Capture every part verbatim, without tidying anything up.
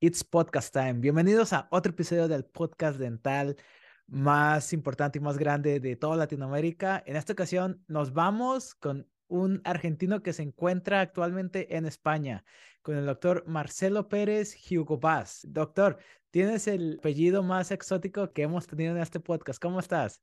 It's Podcast Time. Bienvenidos a otro episodio del podcast dental más importante y más grande de toda Latinoamérica. En esta ocasión nos vamos con un argentino que se encuentra actualmente en España, con el doctor Marcelo Pérez Hugo Bas. Doctor, tienes el apellido más exótico que hemos tenido en este podcast. ¿Cómo estás?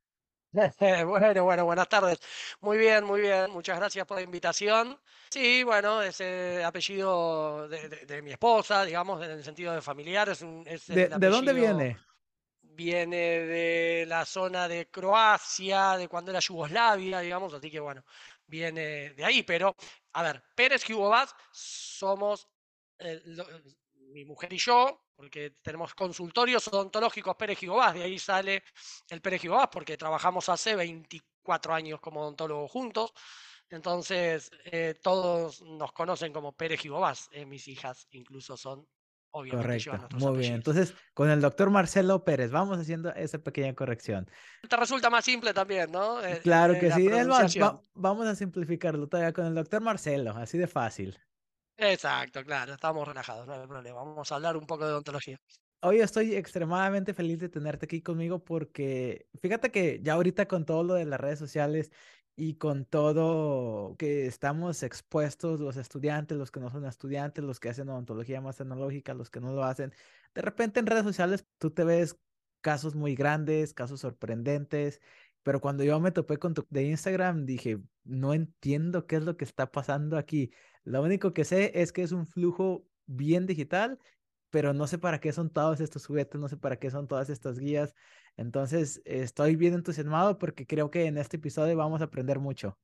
Bueno, bueno, buenas tardes. Muy bien, muy bien. Muchas gracias por la invitación. Sí, bueno, es el apellido de, de- de mi esposa, digamos, en el sentido de familiar. Es, un- es ¿De, el de dónde apellido, viene? viene de la zona de Croacia, de cuando era Yugoslavia, digamos, así que bueno, viene de ahí. Pero, a ver, Pérez Hugo Vaz somos eh, lo- mi mujer y yo, porque tenemos consultorios odontológicos Pérez Hugo Vaz, de ahí sale el Pérez Hugo Vaz, porque trabajamos hace veinticuatro años como odontólogos juntos. Entonces, eh, todos nos conocen como Pérez Hugo Vaz. Eh, mis hijas incluso son, obviamente llevan Correcto, nuestros muy bien. apellidos. Entonces, con el doctor Marcelo Pérez, vamos haciendo esa pequeña corrección. Te resulta más simple también, ¿no? Eh, Claro eh, que la sí. Es más, pronunciación. va- vamos a simplificarlo todavía con el doctor Marcelo, así de fácil. Exacto, claro, estamos relajados, no hay problema. Vamos a hablar un poco de odontología. Hoy estoy extremadamente feliz de tenerte aquí conmigo porque fíjate que ya ahorita con todo lo de las redes sociales y con todo que estamos expuestos los estudiantes, los que no son estudiantes, los que hacen odontología más tecnológica, los que no lo hacen, de repente en redes sociales tú te ves casos muy grandes, casos sorprendentes, pero cuando yo me topé con tu de Instagram dije, no entiendo qué es lo que está pasando aquí. Lo único que sé es que es un flujo bien digital, pero no sé para qué son todos estos juguetes, no sé para qué son todas estas guías. Entonces, estoy bien entusiasmado porque creo que en este episodio vamos a aprender mucho.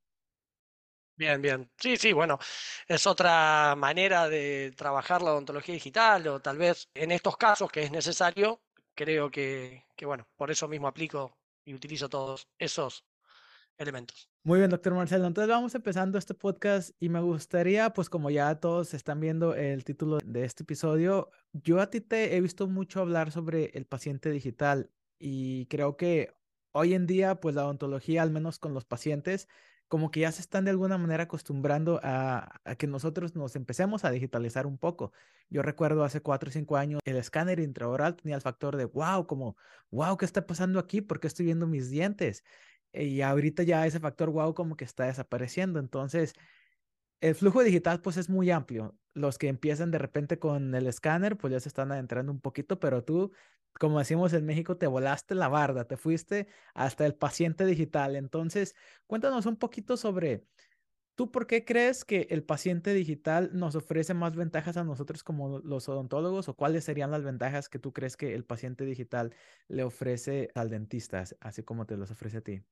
Bien, bien. Sí, sí, bueno, es otra manera de trabajar la odontología digital o tal vez en estos casos que es necesario, creo que, que bueno, por eso mismo aplico y utilizo todos esos elementos. Muy bien, doctor Marcelo. Entonces vamos empezando este podcast y me gustaría, pues como ya todos están viendo el título de este episodio, yo a ti te he visto mucho hablar sobre el paciente digital y creo que hoy en día, pues la odontología, al menos con los pacientes, como que ya se están de alguna manera acostumbrando a, a que nosotros nos empecemos a digitalizar un poco. Yo recuerdo hace cuatro o cinco años, el escáner intraoral tenía el factor de, wow, como, wow, ¿qué está pasando aquí? ¿Por qué estoy viendo mis dientes? Y ahorita ya ese factor wow como que está desapareciendo. Entonces, el flujo digital pues es muy amplio. Los que empiezan de repente con el escáner pues ya se están adentrando un poquito, pero tú, como decimos en México, te volaste la barda, te fuiste hasta el paciente digital. Entonces, cuéntanos un poquito sobre, ¿tú por qué crees que el paciente digital nos ofrece más ventajas a nosotros como los odontólogos o cuáles serían las ventajas que tú crees que el paciente digital le ofrece al dentista, así como te los ofrece a ti?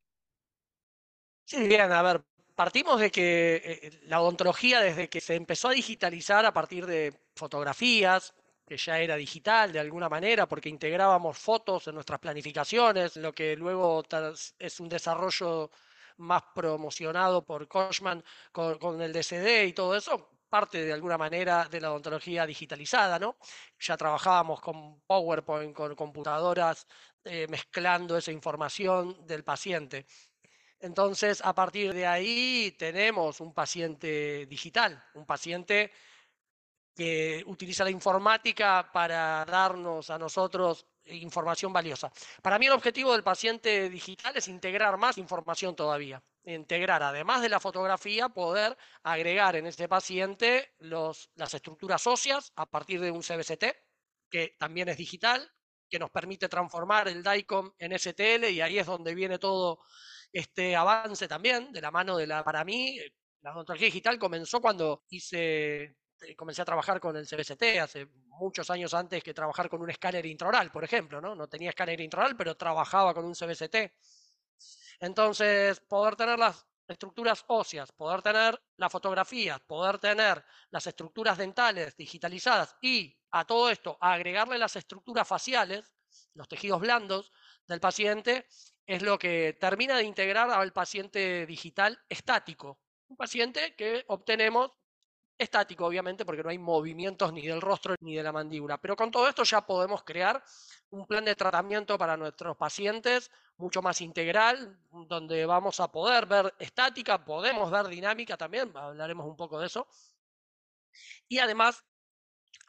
Sí, bien, a ver, partimos de que eh, la odontología desde que se empezó a digitalizar a partir de fotografías, que ya era digital de alguna manera, porque integrábamos fotos en nuestras planificaciones, lo que luego tas- es un desarrollo más promocionado por Kochman con, con el D C D y todo eso, parte de alguna manera de la odontología digitalizada, ¿no? Ya trabajábamos con PowerPoint, con computadoras, eh, mezclando esa información del paciente. Entonces, a partir de ahí tenemos un paciente digital, un paciente que utiliza la informática para darnos a nosotros información valiosa. Para mí el objetivo del paciente digital es integrar más información todavía. Integrar, además de la fotografía, poder agregar en este paciente los, las estructuras óseas a partir de un C B C T, que también es digital, que nos permite transformar el DICOM en S T L y ahí es donde viene todo este avance también, de la mano de la, para mí, la odontología digital comenzó cuando hice eh, comencé a trabajar con el C B C T hace muchos años antes que trabajar con un escáner intraoral, por ejemplo, ¿no? No tenía escáner intraoral, pero trabajaba con un C B C T. Entonces, poder tener las estructuras óseas, poder tener las fotografías, poder tener las estructuras dentales digitalizadas y a todo esto agregarle las estructuras faciales, los tejidos blandos del paciente, es lo que termina de integrar al paciente digital estático. Un paciente que obtenemos estático, obviamente, porque no hay movimientos ni del rostro ni de la mandíbula. Pero con todo esto ya podemos crear un plan de tratamiento para nuestros pacientes mucho más integral, donde vamos a poder ver estática, podemos ver dinámica también, hablaremos un poco de eso. Y además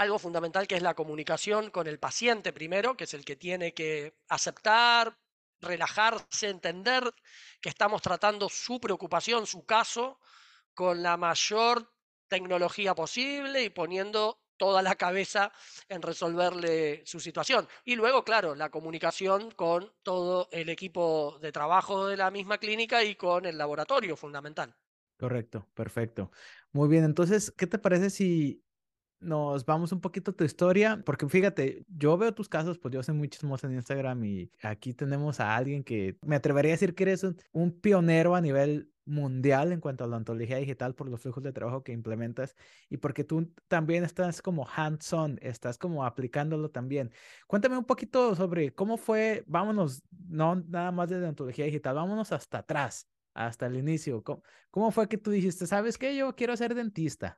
algo fundamental que es la comunicación con el paciente primero, que es el que tiene que aceptar, relajarse, entender que estamos tratando su preocupación, su caso, con la mayor tecnología posible y poniendo toda la cabeza en resolverle su situación. Y luego, claro, la comunicación con todo el equipo de trabajo de la misma clínica y con el laboratorio, fundamental. Correcto, perfecto. Muy bien, entonces, ¿qué te parece si nos vamos un poquito a tu historia? Porque fíjate, yo veo tus casos, pues yo soy muy chismoso en Instagram y aquí tenemos a alguien que me atrevería a decir que eres un, un pionero a nivel mundial en cuanto a la ontología digital por los flujos de trabajo que implementas y porque tú también estás como hands-on, estás como aplicándolo también. Cuéntame un poquito sobre cómo fue, vámonos, no nada más de la ontología digital, vámonos hasta atrás, hasta el inicio. ¿Cómo, cómo fue que tú dijiste, sabes qué, yo quiero ser dentista?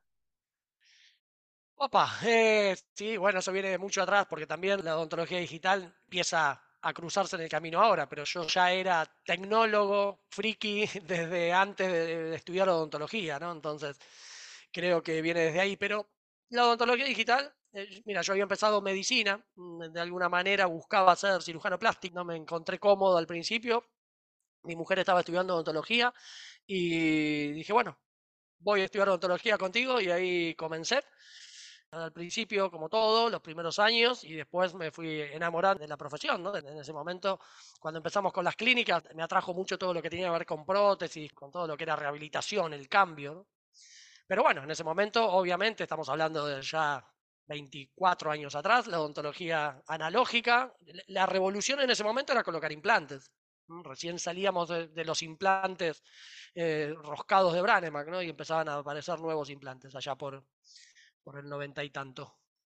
Opa, eh, sí, bueno, eso viene de mucho atrás porque también la odontología digital empieza a cruzarse en el camino ahora, pero yo ya era tecnólogo, friki, desde antes de, de estudiar odontología, ¿no? Entonces, creo que viene desde ahí, pero la odontología digital, eh, mira, yo había empezado medicina, mm, de alguna manera buscaba ser cirujano plástico, no me encontré cómodo al principio, mi mujer estaba estudiando odontología y dije, bueno, voy a estudiar odontología contigo y ahí comencé. Al principio, como todo, los primeros años, y después me fui enamorando de la profesión, ¿no? En ese momento, cuando empezamos con las clínicas, me atrajo mucho todo lo que tenía que ver con prótesis, con todo lo que era rehabilitación, el cambio, ¿no? Pero bueno, en ese momento, obviamente, estamos hablando de ya veinticuatro años atrás, la odontología analógica, la revolución en ese momento era colocar implantes. ¿No? Recién salíamos de, de los implantes eh, roscados de Branemack, ¿no? Y empezaban a aparecer nuevos implantes allá por, por el noventa y tanto.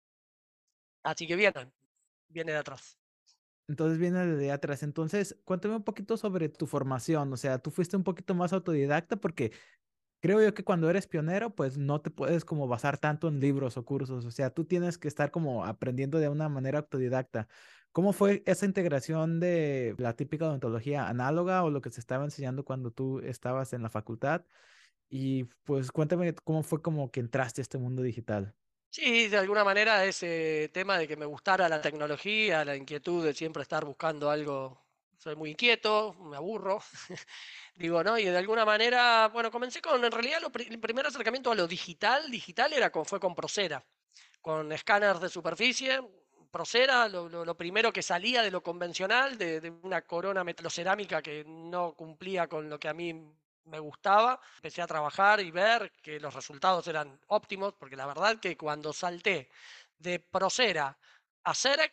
Así que viene, viene de atrás. Entonces viene desde atrás. Entonces, cuéntame un poquito sobre tu formación. O sea, tú fuiste un poquito más autodidacta porque creo yo que cuando eres pionero, pues no te puedes como basar tanto en libros o cursos. O sea, tú tienes que estar como aprendiendo de una manera autodidacta. ¿Cómo fue esa integración de la típica odontología análoga o lo que se estaba enseñando cuando tú estabas en la facultad? Y pues cuéntame cómo fue como que entraste a este mundo digital. Sí, de alguna manera ese tema de que me gustara la tecnología, la inquietud de siempre estar buscando algo, soy muy inquieto, me aburro, digo, ¿no? Y de alguna manera, bueno, comencé con, en realidad, lo pri- el primer acercamiento a lo digital, digital era con, fue con Procera, con escáneres de superficie. Procera, lo, lo- lo primero que salía de lo convencional, de, de una corona metalocerámica que no cumplía con lo que a mí me gustaba. Empecé a trabajar y ver que los resultados eran óptimos, porque la verdad que cuando salté de Procera a Cerec,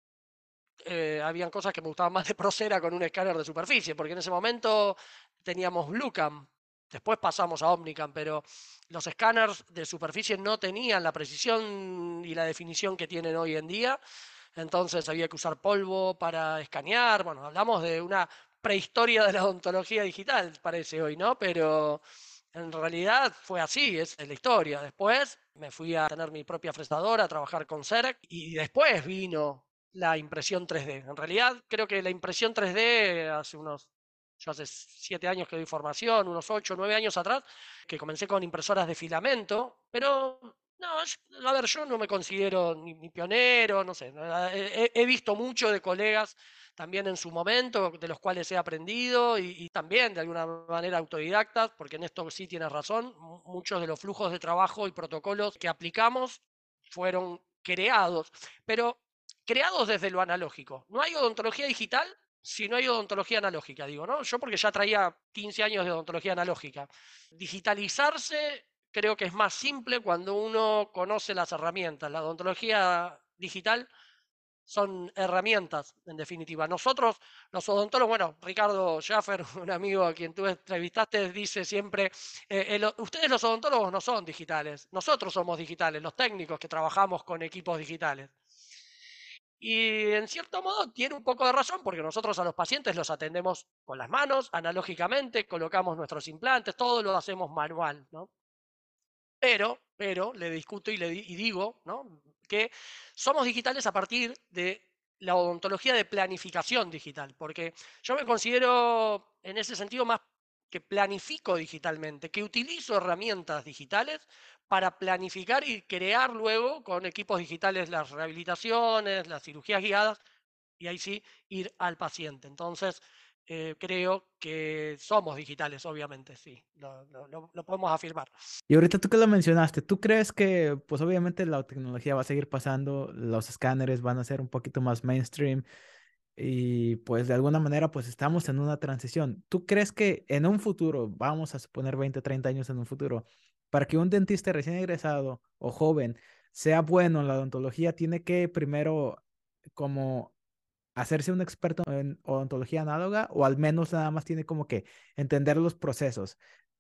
eh, habían cosas que me gustaban más de Procera con un escáner de superficie, porque en ese momento teníamos Bluecam, después pasamos a Omnicam, pero los escáneres de superficie no tenían la precisión y la definición que tienen hoy en día, entonces había que usar polvo para escanear, bueno, hablamos de una prehistoria de la odontología digital, parece hoy, ¿no? Pero en realidad fue así, es la historia. Después me fui a tener mi propia fresadora, a trabajar con Cerec, y después vino la impresión tres D. En realidad, creo que la impresión tres D hace unos, yo hace siete años que doy formación, unos ocho, nueve años atrás, que comencé con impresoras de filamento, pero no, a ver, yo no me considero ni, ni pionero, no sé, he, he, visto mucho de colegas también en su momento, de los cuales he aprendido y, y también de alguna manera autodidactas, porque en esto sí tienes razón, muchos de los flujos de trabajo y protocolos que aplicamos fueron creados, pero creados desde lo analógico. No hay odontología digital si no hay odontología analógica, digo, ¿no? Yo porque ya traía quince años de odontología analógica. Digitalizarse creo que es más simple cuando uno conoce las herramientas. La odontología digital son herramientas, en definitiva. Nosotros, los odontólogos, bueno, Ricardo Schaffer, un amigo a quien tú entrevistaste, dice siempre, eh, el, ustedes los odontólogos no son digitales, nosotros somos digitales, los técnicos que trabajamos con equipos digitales. Y en cierto modo tiene un poco de razón porque nosotros a los pacientes los atendemos con las manos, analógicamente, colocamos nuestros implantes, todo lo hacemos manual, ¿no? Pero, pero, le discuto y le di- y digo, ¿no? Que somos digitales a partir de la odontología de planificación digital, porque yo me considero en ese sentido más que planifico digitalmente, que utilizo herramientas digitales para planificar y crear luego con equipos digitales las rehabilitaciones, las cirugías guiadas y ahí sí ir al paciente. Entonces, eh, creo que somos digitales, obviamente, sí, lo, lo- lo- lo podemos afirmar. Y ahorita tú que lo mencionaste, ¿tú crees que pues obviamente la tecnología va a seguir pasando, los escáneres van a ser un poquito más mainstream y pues de alguna manera pues estamos en una transición? ¿Tú crees que en un futuro, vamos a suponer veinte, treinta años en un futuro, para que un dentista recién egresado o joven sea bueno en la odontología, tiene que primero como hacerse un experto en odontología análoga o al menos nada más tiene como que entender los procesos?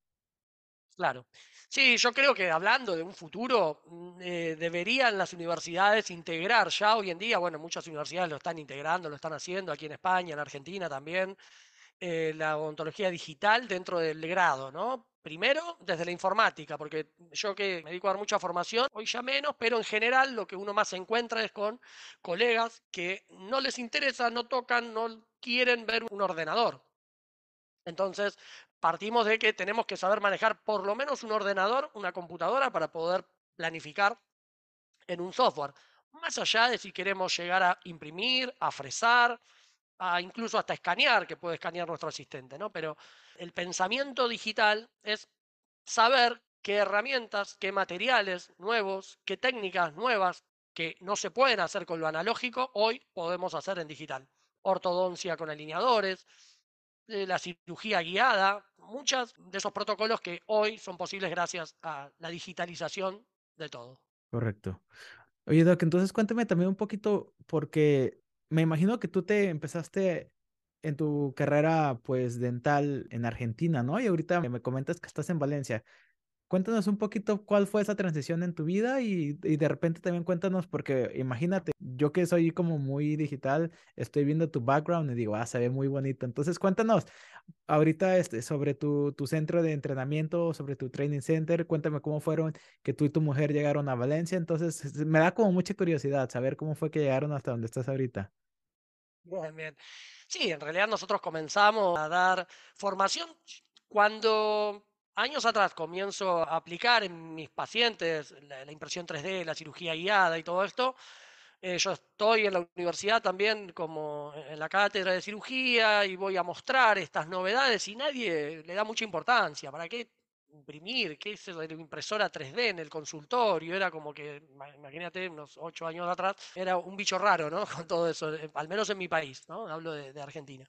Claro. Sí, yo creo que hablando de un futuro, mm, eh, deberían las universidades integrar ya hoy en día, bueno, muchas universidades lo están integrando, lo están haciendo aquí en España, en Argentina también, eh, la odontología digital dentro del grado, ¿no? Primero, desde la informática, porque yo que me dedico a dar mucha formación, hoy ya menos, pero en general lo que uno más se encuentra es con colegas que no les interesa, no tocan, no quieren ver un ordenador. Entonces, partimos de que tenemos que saber manejar por lo menos un ordenador, una computadora para poder planificar en un software. Más allá de si queremos llegar a imprimir, a fresar, a incluso hasta escanear, que puede escanear nuestro asistente, ¿no? Pero el pensamiento digital es saber qué herramientas, qué materiales nuevos, qué técnicas nuevas que no se pueden hacer con lo analógico, hoy podemos hacer en digital. Ortodoncia con alineadores, eh, la cirugía guiada, muchos de esos protocolos que hoy son posibles gracias a la digitalización de todo. Correcto. Oye, Doc, entonces cuéntame también un poquito, porque me imagino que tú te empezaste en tu carrera, pues, dental en Argentina, ¿no? Y ahorita me comentas que estás en Valencia. Cuéntanos un poquito cuál fue esa transición en tu vida y, y de repente también cuéntanos, porque imagínate, yo que soy como muy digital, estoy viendo tu background y digo, ah, se ve muy bonito. Entonces cuéntanos ahorita este, sobre tu, tu centro de entrenamiento, sobre tu training center, cuéntame cómo fueron que tú y tu mujer llegaron a Valencia. Entonces es- me da como mucha curiosidad saber cómo fue que llegaron hasta donde estás ahorita. Bien, bien. Sí, en realidad nosotros comenzamos a dar formación cuando años atrás comienzo a aplicar en mis pacientes la, la impresión tres D, la cirugía guiada y todo esto. Eh, yo estoy en la universidad también como en la cátedra de cirugía y voy a mostrar estas novedades y nadie le da mucha importancia. ¿Para qué imprimir? ¿Qué es eso de la impresora tres D en el consultorio? Era como que, ma- imagínate, unos ocho años atrás, era un bicho raro, ¿no? Con todo eso, eh, al menos en mi país, ¿no? Hablo de, de Argentina.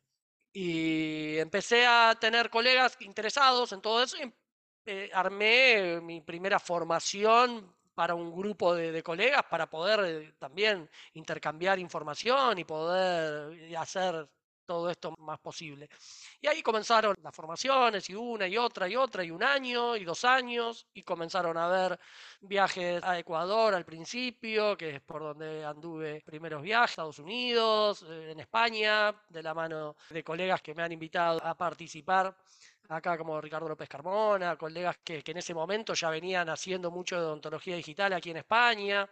Y empecé a tener colegas interesados en todo eso y eh, armé mi primera formación para un grupo de, de colegas para poder eh, también intercambiar información y poder eh, hacer todo esto más posible. Y ahí comenzaron las formaciones y una y otra y otra y un año y dos años y comenzaron a haber viajes a Ecuador al principio, que es por donde anduve primeros viajes, Estados Unidos, eh, en España, de la mano de colegas que me han invitado a participar acá como Ricardo López Carmona, colegas que, que en ese momento ya venían haciendo mucho de odontología digital aquí en España,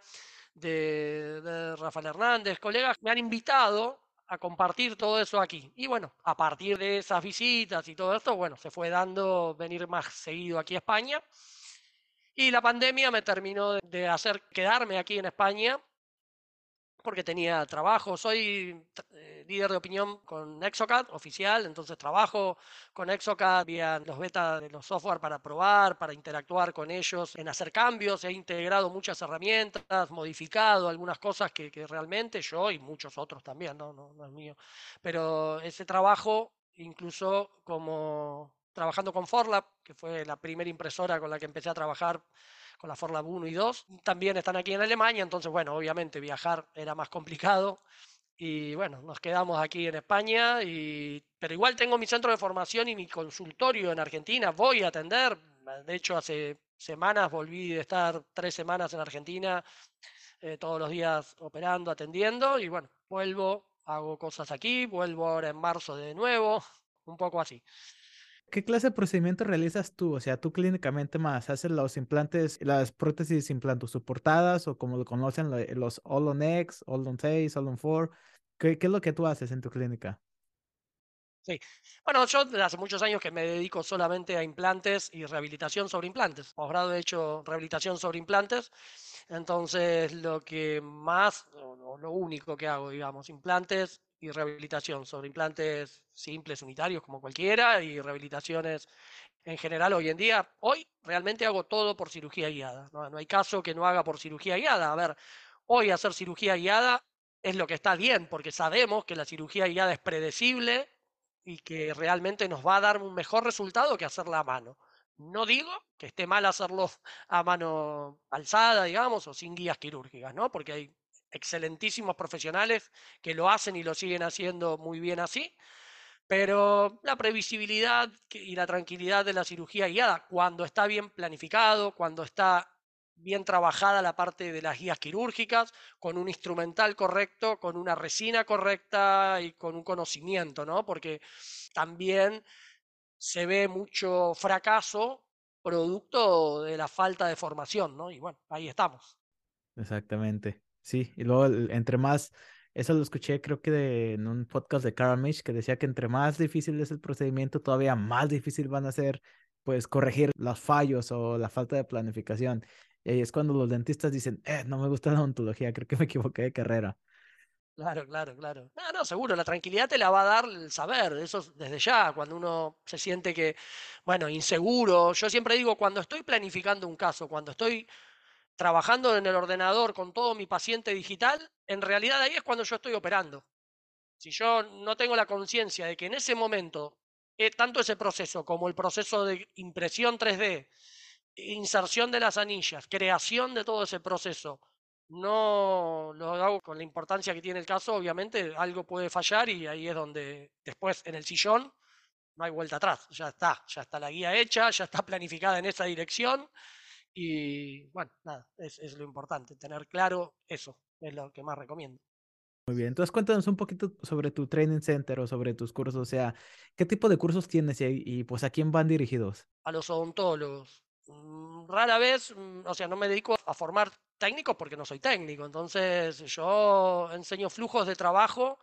de, de Rafael Hernández, colegas me han invitado a compartir todo eso aquí. Y bueno, a partir de esas visitas y todo esto, bueno, se fue dando venir más seguido aquí a España. Y la pandemia me terminó de hacer quedarme aquí en España porque tenía trabajo. Soy eh, líder de opinión con Exocad oficial, entonces trabajo con Exocad vía los betas de los software para probar, para interactuar con ellos, en hacer cambios. He integrado muchas herramientas, modificado algunas cosas que, que realmente yo y muchos otros también, ¿no? No, no es mío. Pero ese trabajo, incluso como trabajando con Forlab, que fue la primera impresora con la que empecé a trabajar con la Forlab uno y dos. También están aquí en Alemania, entonces, bueno, obviamente viajar era más complicado. Y bueno, nos quedamos aquí en España, y, pero igual tengo mi centro de formación y mi consultorio en Argentina. Voy a atender, de hecho, hace semanas volví de estar tres semanas en Argentina, eh, todos los días operando, atendiendo, y bueno, vuelvo, hago cosas aquí, vuelvo ahora en marzo de nuevo, un poco así. ¿Qué clase de procedimiento realizas tú? O sea, tú clínicamente más, ¿haces los implantes, las prótesis implantosoportadas o como lo conocen lo- los All on X, All on seis, All on cuatro? ¿Qué, qué es lo que tú haces en tu clínica? Sí. Bueno, yo desde hace muchos años que me dedico solamente a implantes y rehabilitación sobre implantes. Posgrado he hecho rehabilitación sobre implantes. Entonces, lo que más, o o lo único que hago, digamos, implantes y rehabilitación sobre implantes simples, unitarios, como cualquiera, y rehabilitaciones en general hoy en día. Hoy realmente hago todo por cirugía guiada. No, no hay caso que no haga por cirugía guiada. A ver, hoy hacer cirugía guiada es lo que está bien, porque sabemos que la cirugía guiada es predecible y que realmente nos va a dar un mejor resultado que hacerla a mano. No digo que esté mal hacerlo a mano alzada, digamos, o sin guías quirúrgicas, ¿no? Porque hay excelentísimos profesionales que lo hacen y lo siguen haciendo muy bien así, pero la previsibilidad y la tranquilidad de la cirugía guiada, cuando está bien planificado, cuando está bien trabajada la parte de las guías quirúrgicas, con un instrumental correcto, con una resina correcta y con un conocimiento, ¿no? Porque también se ve mucho fracaso producto de la falta de formación, ¿no? Y bueno, ahí estamos. Exactamente. Sí, y luego el- entre más, eso lo escuché creo que de, en un podcast de Caramish que decía que entre más difícil es el procedimiento, todavía más difícil van a ser pues corregir los fallos o la falta de planificación. Y ahí es cuando los dentistas dicen, eh, no me gusta la odontología, creo que me equivoqué de carrera. Claro, claro, claro. No, no, seguro, la tranquilidad te la va a dar el saber, eso es desde ya, cuando uno se siente que, bueno, inseguro. Yo siempre digo, cuando estoy planificando un caso, cuando estoy trabajando en el ordenador con todo mi paciente digital, en realidad ahí es cuando yo estoy operando. Si yo no tengo la conciencia de que en ese momento, eh, tanto ese proceso como el proceso de impresión tres D, inserción de las anillas, creación de todo ese proceso, no lo hago con la importancia que tiene el caso, obviamente algo puede fallar y ahí es donde después en el sillón no hay vuelta atrás, ya está, ya está la guía hecha, ya está planificada en esa dirección y bueno, nada, es, es lo importante, tener claro eso, es lo que más recomiendo. Muy bien, entonces cuéntanos un poquito sobre tu training center o sobre tus cursos, o sea, ¿qué tipo de cursos tienes y, y pues a quién van dirigidos? A los odontólogos. Mm, Rara vez, mm, o sea, no me dedico a formar técnicos porque no soy técnico. Entonces, yo enseño flujos de trabajo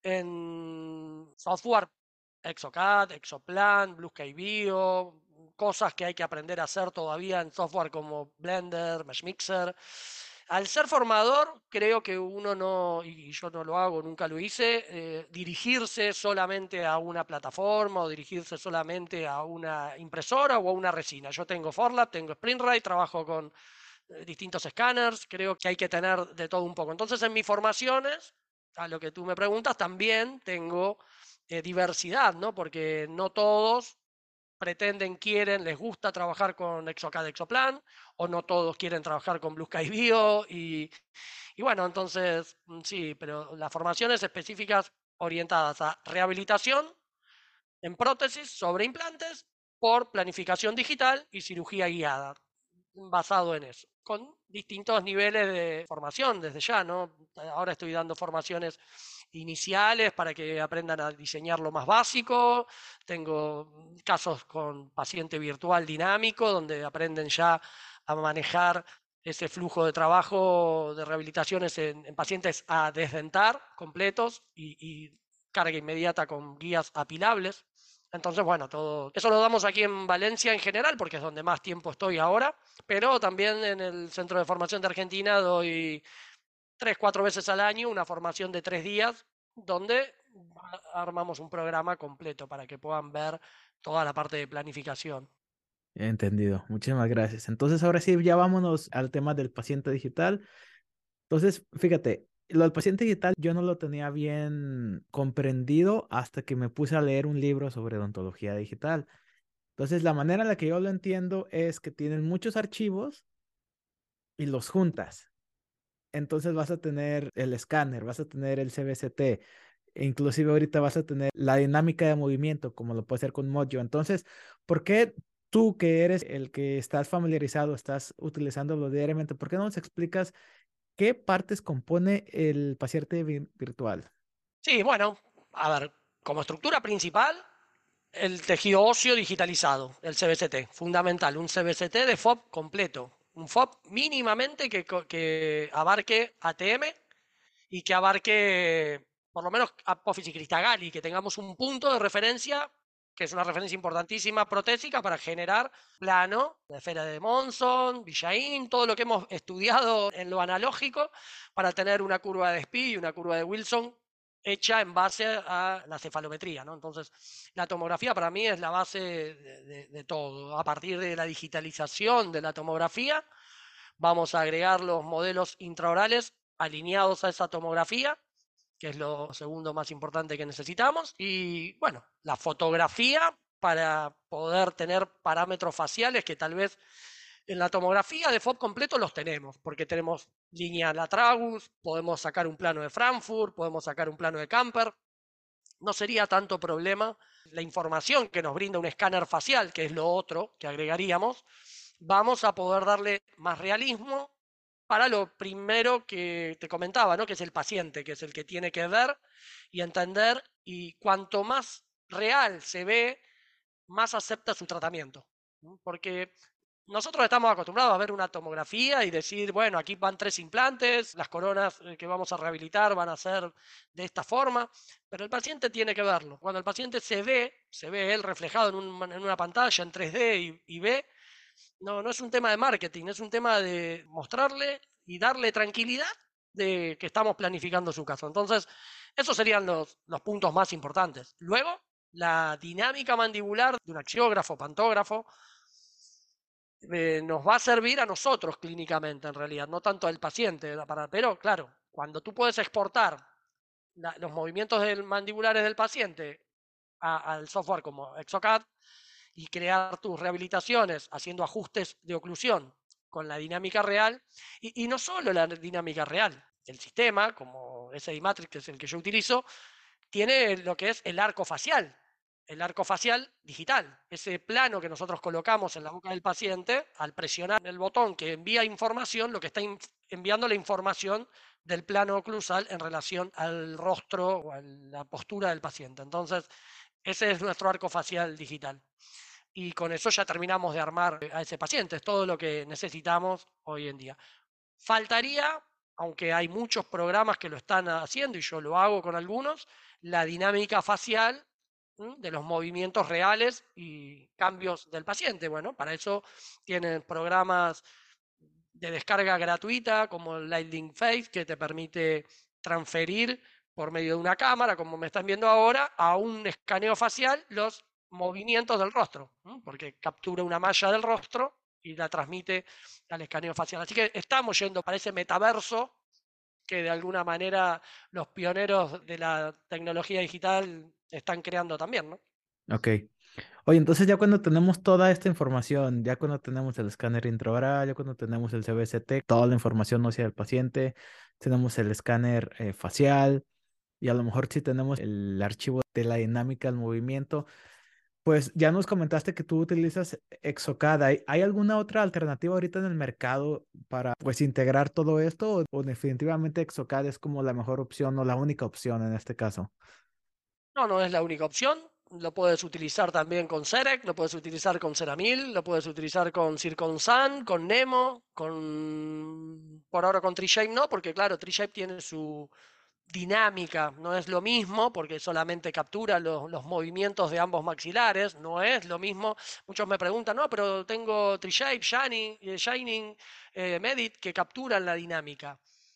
en software, Exocad, Exoplan, Blue Sky Bio, cosas que hay que aprender a hacer todavía en software como Blender, Mesh Mixer. Al ser formador, creo que uno no, y yo no lo hago, nunca lo hice, eh, dirigirse solamente a una plataforma o dirigirse solamente a una impresora o a una resina. Yo tengo Forlab, tengo SprintRite, trabajo con eh, distintos escáneres, creo que hay que tener de todo un poco. Entonces, en mis formaciones, a lo que tú me preguntas, también tengo eh, diversidad, ¿no? Porque no todos pretenden, quieren, les gusta trabajar con ExoCAD Exoplan, o no todos quieren trabajar con Blue Sky Bio, y, y bueno, entonces, mm, sí, pero las formaciones específicas orientadas a rehabilitación en prótesis sobre implantes por planificación digital y cirugía guiada, basado en eso, con distintos niveles de formación desde ya, ¿no? Ahora estoy dando formaciones iniciales para que aprendan a diseñar lo más básico, tengo casos con paciente virtual dinámico, donde aprenden ya a manejar ese flujo de trabajo de rehabilitaciones en, en pacientes a desdentar completos y, y carga inmediata con guías apilables. Entonces, bueno, todo eso lo damos aquí en Valencia en general, porque es donde más tiempo estoy ahora, pero también en el Centro de Formación de Argentina doy tres, cuatro veces al año una formación de tres días, donde armamos un programa completo para que puedan ver toda la parte de planificación. Entendido, muchísimas gracias. Entonces, ahora sí, ya vámonos al tema del paciente digital. Entonces, fíjate, lo del paciente digital yo no lo tenía bien comprendido hasta que me puse a leer un libro sobre odontología digital. Entonces, la manera en la que yo lo entiendo es que tienen muchos archivos y los juntas. Entonces vas a tener el escáner, vas a tener el C B C T, e inclusive ahorita vas a tener la dinámica de movimiento, como lo puede hacer con Mojo. Entonces, ¿por qué tú que eres el que estás familiarizado, estás utilizándolo diariamente, por qué no nos explicas qué partes compone el paciente vi- virtual? Sí, bueno, a ver, como estructura principal, el tejido óseo digitalizado, el C B C T, fundamental, un C B C T de F O B completo, un F O B mínimamente que, co- que abarque A T M y que abarque por lo menos apófisis cristagali, que tengamos un punto de referencia, que es una referencia importantísima protésica para generar plano, la esfera de Monson, Villain, todo lo que hemos estudiado en lo analógico, para tener una curva de Speed y una curva de Wilson hecha en base a la cefalometría, ¿no? Entonces, la tomografía para mí es la base de, de, de todo. A partir de la digitalización de la tomografía, vamos a agregar los modelos intraorales alineados a esa tomografía, que es lo segundo más importante que necesitamos. Y bueno, la fotografía para poder tener parámetros faciales que tal vez en la tomografía de F O B completo los tenemos, porque tenemos línea Latragus, podemos sacar un plano de Frankfurt, podemos sacar un plano de Camper. No sería tanto problema la información que nos brinda un escáner facial, que es lo otro que agregaríamos. Vamos a poder darle más realismo para lo primero que te comentaba, ¿no? Que es el paciente, que es el que tiene que ver y entender, y cuanto más real se ve, más acepta su tratamiento. ¿No? Porque nosotros estamos acostumbrados a ver una tomografía y decir, bueno, aquí van tres implantes, las coronas que vamos a rehabilitar van a ser de esta forma, pero el paciente tiene que verlo. Cuando el paciente se ve, se ve él reflejado en, un, en una pantalla en tres D y, y ve, no, no es un tema de marketing, es un tema de mostrarle y darle tranquilidad de que estamos planificando su caso. Entonces, esos serían los, los puntos más importantes. Luego, la dinámica mandibular de un axiógrafo, pantógrafo, eh, nos va a servir a nosotros clínicamente, en realidad, no tanto al paciente. Para, pero, claro, cuando tú puedes exportar la, los movimientos del, mandibulares del paciente a, al software como Exocad, y crear tus rehabilitaciones haciendo ajustes de oclusión con la dinámica real, y, y no solo la dinámica real, el sistema, como S D Matrix, que es el que yo utilizo, tiene lo que es el arco facial, el arco facial digital, ese plano que nosotros colocamos en la boca del paciente, al presionar el botón que envía información, lo que está enviando la información del plano oclusal en relación al rostro o a la postura del paciente. Entonces, ese es nuestro arco facial digital. Y con eso ya terminamos de armar a ese paciente, es todo lo que necesitamos hoy en día. Faltaría, aunque hay muchos programas que lo están haciendo y yo lo hago con algunos, la dinámica facial de los movimientos reales y cambios del paciente. Bueno, para eso tienen programas de descarga gratuita como el Lightning Face, que te permite transferir por medio de una cámara, como me están viendo ahora, a un escaneo facial los movimientos del rostro, porque captura una malla del rostro y la transmite al escaneo facial. Así que estamos yendo para ese metaverso que de alguna manera los pioneros de la tecnología digital están creando también, ¿no? Ok. Oye, entonces ya cuando tenemos toda esta información, ya cuando tenemos el escáner intraoral, ya cuando tenemos el C B C T, toda la información hacia el paciente, tenemos el escáner eh, facial y a lo mejor si tenemos el archivo de la dinámica del movimiento, pues ya nos comentaste que tú utilizas Exocad. ¿Hay, hay alguna otra alternativa ahorita en el mercado para pues integrar todo esto o, o definitivamente Exocad es como la mejor opción o la única opción en este caso? No, no es la única opción. Lo puedes utilizar también con Serec, lo puedes utilizar con Ceramil, lo puedes utilizar con Circonsan, con Nemo, con... Por ahora con TreeShape no, porque claro, TreeShape tiene su dinámica, no es lo mismo, porque solamente captura los, los movimientos de ambos maxilares, no es lo mismo. Muchos me preguntan, no, pero tengo TreeShape, Shining, eh, Shining eh, Medit, que capturan la dinámica.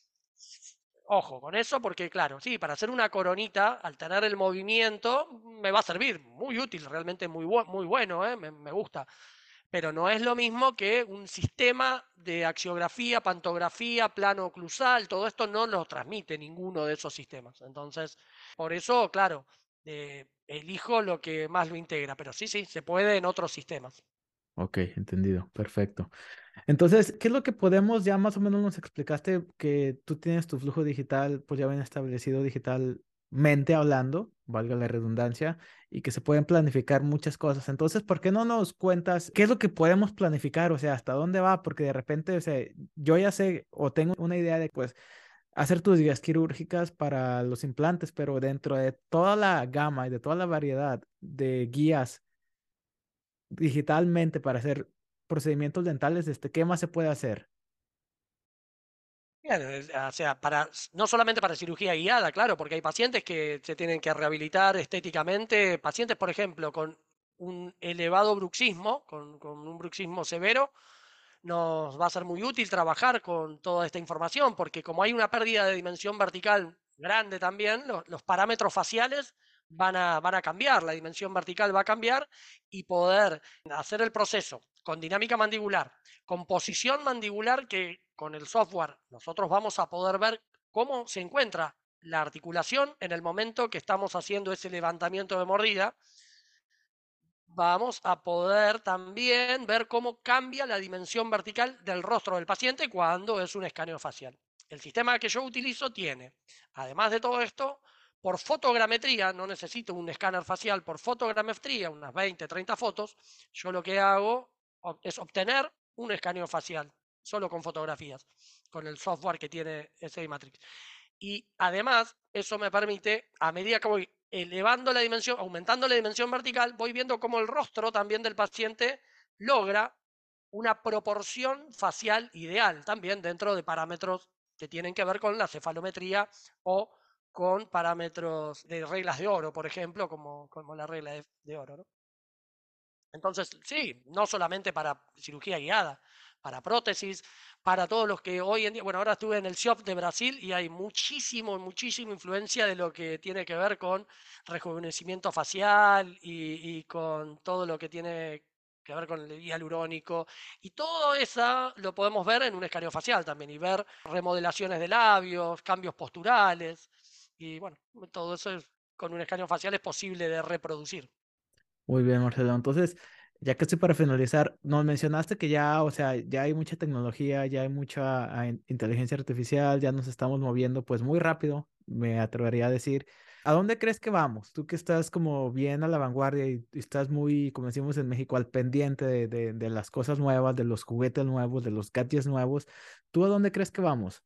Ojo con eso, porque claro, sí, para hacer una coronita, al tener el movimiento, me va a servir, muy útil, realmente muy, bu muy bueno, ¿eh? me, me gusta. Pero no es lo mismo que un sistema de axiografía, pantografía, plano oclusal, todo esto no lo transmite ninguno de esos sistemas. Entonces, por eso, claro, eh, elijo lo que más lo integra, pero sí, sí, se puede en otros sistemas. Ok, entendido, perfecto. Entonces, ¿qué es lo que podemos, ya más o menos nos explicaste que tú tienes tu flujo digital, pues ya bien establecido digitalmente hablando, valga la redundancia, y que se pueden planificar muchas cosas. Entonces, ¿por qué no nos cuentas qué es lo que podemos planificar? O sea, ¿hasta dónde va? Porque de repente, o sea, yo ya sé o tengo una idea de, pues, hacer tus guías quirúrgicas para los implantes, pero dentro de toda la gama y de toda la variedad de guías digitalmente para hacer procedimientos dentales, este, ¿qué más se puede hacer? Bien, es- o sea, para, no solamente para cirugía guiada, claro, porque hay pacientes que se tienen que rehabilitar estéticamente, pacientes, por ejemplo, con un elevado bruxismo, con, con un bruxismo severo, nos va a ser muy útil trabajar con toda esta información, porque como hay una pérdida de dimensión vertical grande también, lo- los parámetros faciales van a, van a cambiar, la dimensión vertical va a cambiar y poder hacer el proceso con dinámica mandibular, con posición mandibular que con el software nosotros vamos a poder ver cómo se encuentra la articulación en el momento que estamos haciendo ese levantamiento de mordida. Vamos a poder también ver cómo cambia la dimensión vertical del rostro del paciente cuando es un escaneo facial. El sistema que yo utilizo tiene, además de todo esto, por fotogrametría, no necesito un escáner facial, por fotogrametría, unas veinte, treinta fotos, yo lo que hago es obtener un escaneo facial, solo con fotografías, con el software que tiene S D Matrix. Y además, eso me permite, a medida que voy elevando la dimensión, aumentando la dimensión vertical, voy viendo cómo el rostro también del paciente logra una proporción facial ideal, también dentro de parámetros que tienen que ver con la cefalometría o con parámetros de reglas de oro, por ejemplo, como, como la regla de, de oro, ¿no? Entonces, sí, no solamente para cirugía guiada, para prótesis, para todos los que hoy en día, bueno, ahora estuve en el S I O P de Brasil y hay muchísimo, muchísima influencia de lo que tiene que ver con rejuvenecimiento facial y, y con todo lo que tiene que ver con el hialurónico. Y todo eso lo podemos ver en un escaneo facial también y ver remodelaciones de labios, cambios posturales. Y bueno, todo eso es- con un escaneo facial es posible de reproducir. Muy bien, Marcelo. Entonces, ya que estoy para finalizar, nos mencionaste que ya, o sea, ya hay mucha tecnología, ya hay mucha ah, in- inteligencia artificial, ya nos estamos moviendo pues muy rápido, me atrevería a decir. ¿A dónde crees que vamos? Tú que estás como bien a la vanguardia y y estás muy, como decimos en México, al pendiente de, de, de las cosas nuevas, de los juguetes nuevos, de los gadgets nuevos. ¿Tú a dónde crees que vamos?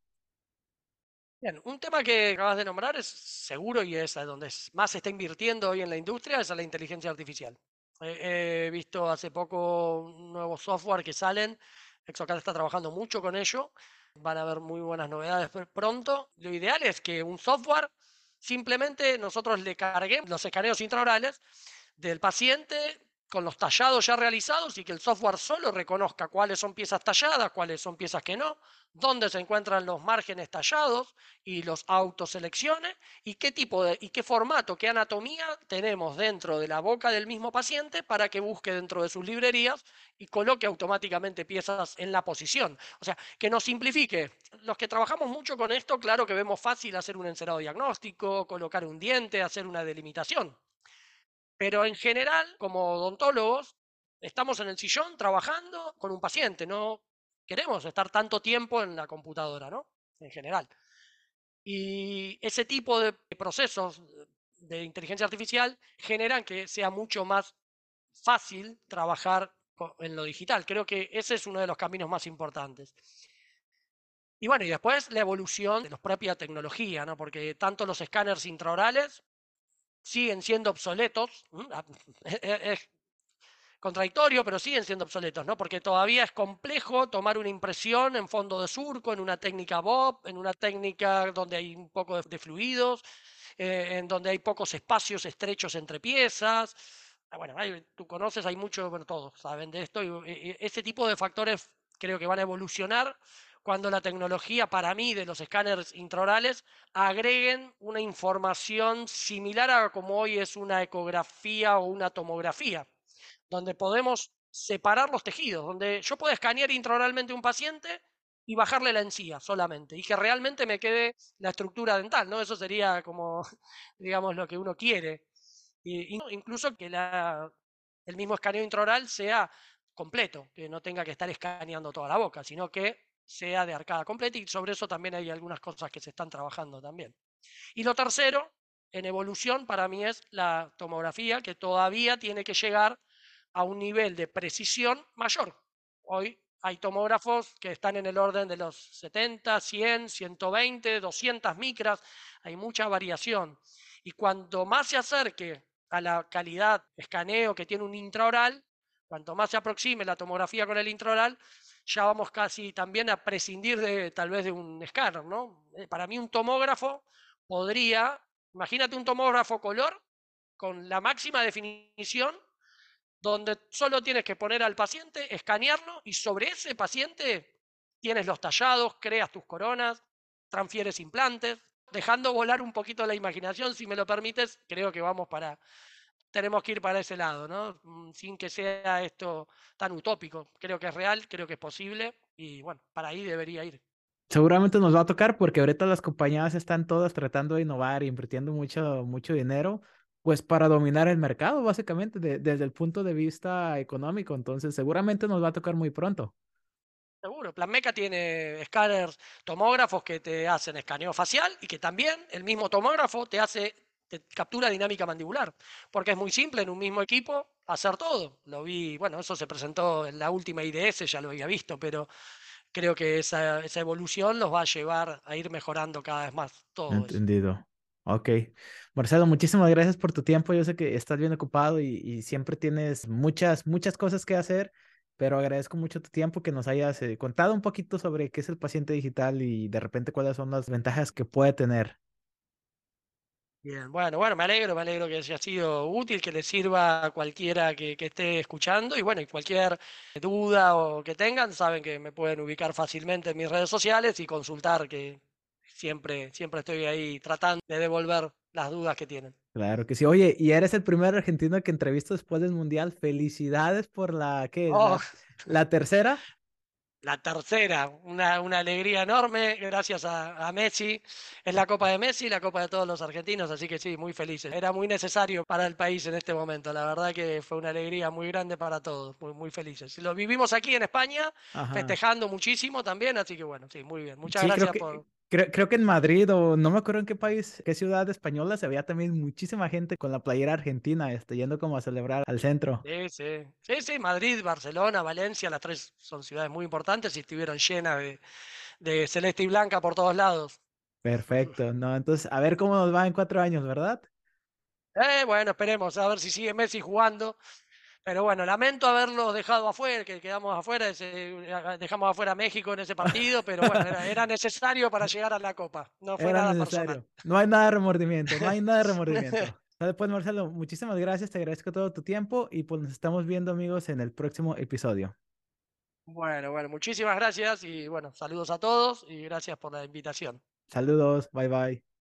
Bien, un tema que acabas de nombrar es seguro y es a donde es- más se está invirtiendo hoy en la industria, es a la inteligencia artificial. Eh, he visto hace poco un nuevo software que salen, Exocat está trabajando mucho con ello, van a haber muy buenas novedades pr- pronto. Lo ideal es que un software simplemente nosotros le carguemos los escaneos intraorales del paciente con los tallados ya realizados y que el software solo reconozca cuáles son piezas talladas, cuáles son piezas que no, dónde se encuentran los márgenes tallados y los autoseleccione y qué tipo de y qué formato, qué anatomía tenemos dentro de la boca del mismo paciente para que busque dentro de sus librerías y coloque automáticamente piezas en la posición. O sea, que nos simplifique. Los que trabajamos mucho con esto, claro que vemos fácil hacer un encerado diagnóstico, colocar un diente, hacer una delimitación. Pero en general, como odontólogos, estamos en el sillón trabajando con un paciente, no queremos estar tanto tiempo en la computadora, ¿no? En general. Y ese tipo de procesos de inteligencia artificial generan que sea mucho más fácil trabajar en lo digital. Creo que ese es uno de los caminos más importantes. Y bueno, y después la evolución de la propia tecnología, ¿no? Porque tanto los escáneres intraorales siguen siendo obsoletos. Es contradictorio, pero siguen siendo obsoletos, ¿no? Porque todavía es complejo tomar una impresión en fondo de surco, en una técnica Bob, en una técnica donde hay un poco de, de fluidos, eh, en donde hay pocos espacios estrechos entre piezas. Ah, bueno, hay, tú conoces, hay mucho, bueno, todos saben de esto, y, y ese tipo de factores creo que van a evolucionar cuando la tecnología, para mí, de los escáneres intraorales agreguen una información similar a como hoy es una ecografía o una tomografía donde podemos separar los tejidos, donde yo puedo escanear intraoralmente un paciente y bajarle la encía solamente, y que realmente me quede la estructura dental, ¿no? Eso sería como, digamos, lo que uno quiere. Y, incluso que la, el mismo escaneo intraoral sea completo, que no tenga que estar escaneando toda la boca, sino que sea de arcada completa, y sobre eso también hay algunas cosas que se están trabajando también. Y lo tercero, en evolución, para mí es la tomografía, que todavía tiene que llegar a un nivel de precisión mayor. Hoy hay tomógrafos que están en el orden de los setenta, cien, ciento veinte, doscientas micras, hay mucha variación. Y cuanto más se acerque a la calidad escaneo que tiene un intraoral, cuanto más se aproxime la tomografía con el intraoral, ya vamos casi también a prescindir de tal vez de un escáner, ¿no? Eh, Para mí un tomógrafo podría, imagínate un tomógrafo color con la máxima definición, donde solo tienes que poner al paciente, escanearlo y sobre ese paciente tienes los tallados, creas tus coronas, transfieres implantes, dejando volar un poquito la imaginación, si me lo permites, creo que vamos para, tenemos que ir para ese lado, ¿no? Mm, Sin que sea esto tan utópico. Creo que es real, creo que es posible y bueno, para ahí debería ir. Seguramente nos va a tocar porque ahorita las compañías están todas tratando de innovar, invirtiendo mucho, mucho dinero, pues para dominar el mercado, básicamente, de- desde el punto de vista económico. Entonces, seguramente nos va a tocar muy pronto. Seguro, Planmeca tiene escáneres, tomógrafos que te hacen escaneo facial y que también el mismo tomógrafo te hace, te captura dinámica mandibular, porque es muy simple en un mismo equipo hacer todo. Lo vi, bueno, eso se presentó en la última I D S, ya lo había visto, pero creo que esa, esa evolución los va a llevar a ir mejorando cada vez más todo eso. Entendido. Ok. Marcelo, muchísimas gracias por tu tiempo. Yo sé que estás bien ocupado y, y siempre tienes muchas, muchas cosas que hacer, pero agradezco mucho tu tiempo que nos hayas eh, contado un poquito sobre qué es el paciente digital y de repente cuáles son las ventajas que puede tener. Bien, bueno, bueno, me alegro, me alegro que haya sido útil, que le sirva a cualquiera que, que esté escuchando y bueno, y cualquier duda o que tengan, saben que me pueden ubicar fácilmente en mis redes sociales y consultar, que siempre, siempre estoy ahí tratando de devolver las dudas que tienen. Claro que sí. Oye, y eres el primer argentino que entrevisto después del Mundial. Felicidades por la, ¿qué? Oh, La, la tercera. la tercera, una, una alegría enorme, gracias a, a Messi. Es la Copa de Messi, la Copa de todos los argentinos, así que sí, muy felices. Era muy necesario para el país en este momento. La verdad que fue una alegría muy grande para todos, muy, muy felices. Lo vivimos aquí en España, Ajá. festejando muchísimo también, así que bueno, sí, muy bien. Muchas Sí, creo gracias que, por... creo, creo que en Madrid o no me acuerdo en qué país, qué ciudad española se veía también muchísima gente con la playera argentina, este, yendo como a celebrar al centro. Sí, sí, sí, sí, Madrid, Barcelona, Valencia, las tres son ciudades muy importantes y estuvieron llenas de, de celeste y blanca por todos lados. Perfecto, ¿no? Entonces, a ver cómo nos va en cuatro años, ¿verdad? Eh, bueno, esperemos a ver si sigue Messi jugando. Pero bueno, lamento haberlos dejado afuera, que quedamos afuera, ese- dejamos afuera a México en ese partido, pero bueno, era, era necesario para llegar a la Copa, no fue Era nada personal. necesario. No hay nada de remordimiento, no hay nada de remordimiento. Sale, pues, Marcelo, muchísimas gracias, te agradezco todo tu tiempo y pues nos estamos viendo, amigos, en el próximo episodio. Bueno, bueno, muchísimas gracias y bueno, saludos a todos y gracias por la invitación. Saludos, bye bye.